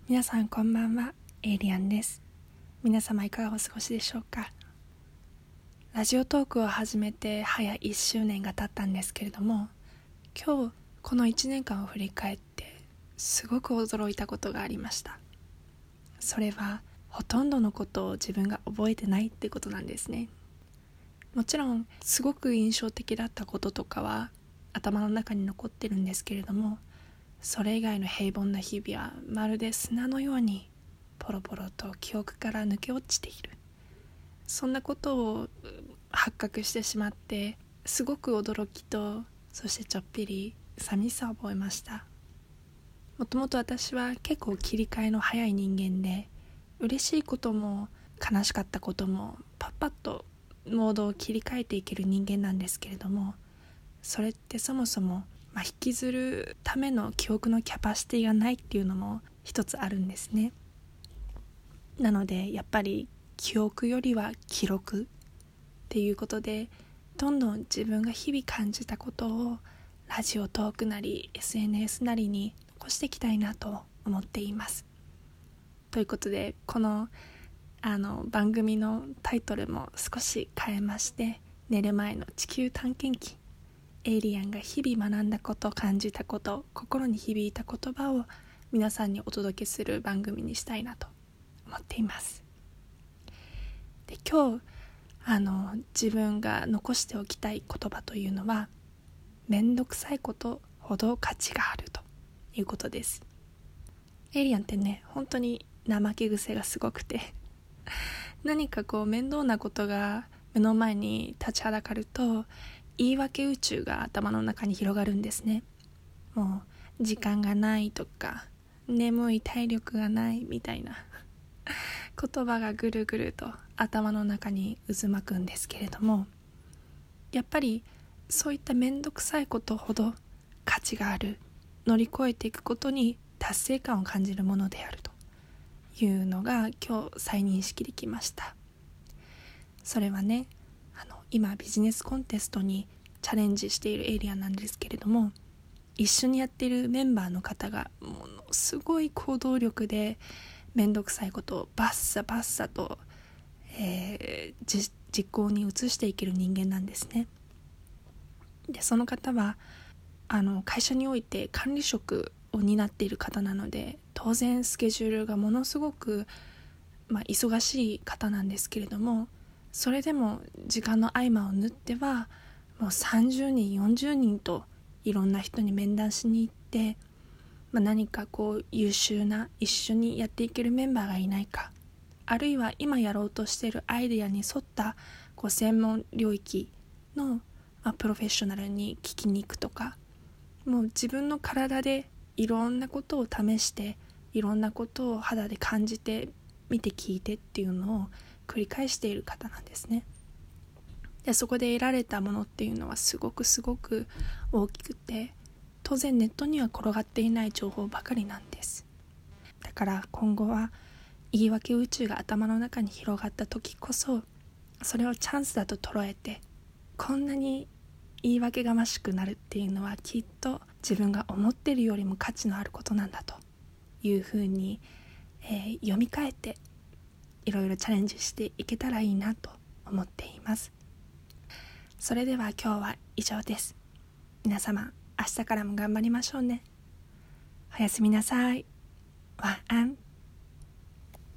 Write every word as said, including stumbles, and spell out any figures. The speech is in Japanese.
皆さんこんばんは、エイリアンです。皆様いかがお過ごしでしょうか。ラジオトークを始めて早いっしゅうねんが経ったんですけれども、今日このいちねんかんを振り返ってすごく驚いたことがありました。それはほとんどのことを自分が覚えてないってことなんですね。もちろんすごく印象的だったこととかは頭の中に残ってるんですけれども、それ以外の平凡な日々はまるで砂のようにポロポロと記憶から抜け落ちている。そんなことを発覚してしまって、すごく驚きと、そしてちょっぴり寂しさを覚えました。もともと私は結構切り替えの早い人間で、嬉しいことも悲しかったこともパッパッとモードを切り替えていける人間なんですけれども、それってそもそもまあ、引きずるための記憶のキャパシティがないっていうのも一つあるんですね。なのでやっぱり記憶よりは記録っていうことで、どんどん自分が日々感じたことをラジオトークなり エスエヌエス なりに残していきたいなと思っています。ということで、このあの番組のタイトルも少し変えまして、寝る前の地球探検記、エイリアンが日々学んだこと、感じたこと、心に響いた言葉を皆さんにお届けする番組にしたいなと思っています。で、今日あの自分が残しておきたい言葉というのは、めんどくさいことほど価値があるということです。エイリアンってね、本当に怠け癖がすごくて何かこう面倒なことが目の前に立ちはだかると、言い訳宇宙が頭の中に広がるんですね。もう時間がないとか、眠い、体力がないみたいな言葉がぐるぐると頭の中に渦巻くんですけれども、やっぱりそういっためんどくさいことほど価値がある、乗り越えていくことに達成感を感じるものであるというのが今日再認識できました。それはね、あの今ビジネスコンテストにチャレンジしているエイリアンなんですけれども、一緒にやっているメンバーの方がものすごい行動力でめんどくさいことをバッサバッサと、えー、実, 実行に移していける人間なんですね。で、その方はあの会社において管理職を担っている方なので、当然スケジュールがものすごく、まあ、忙しい方なんですけれども、それでも時間の合間を縫ってはもうさんじゅうにんよんじゅうにんといろんな人に面談しに行って、まあ、何かこう優秀な一緒にやっていけるメンバーがいないか、あるいは今やろうとしているアイデアに沿ったこう専門領域の、まあ、プロフェッショナルに聞きに行くとか、もう自分の体でいろんなことを試して、いろんなことを肌で感じて、見て聞いてっていうのを繰り返している方なんですね。で、そこで得られたものっていうのはすごくすごく大きくて、当然ネットには転がっていない情報ばかりなんです。だから今後は言い訳宇宙が頭の中に広がった時こそ、それをチャンスだと捉えて、こんなに言い訳がましくなるっていうのはきっと自分が思っているよりも価値のあることなんだというふうに、えー、読み替えていろいろチャレンジしていけたらいいなと思っています。それでは今日は以上です。皆様、明日からも頑張りましょうね。おやすみなさい。晚安。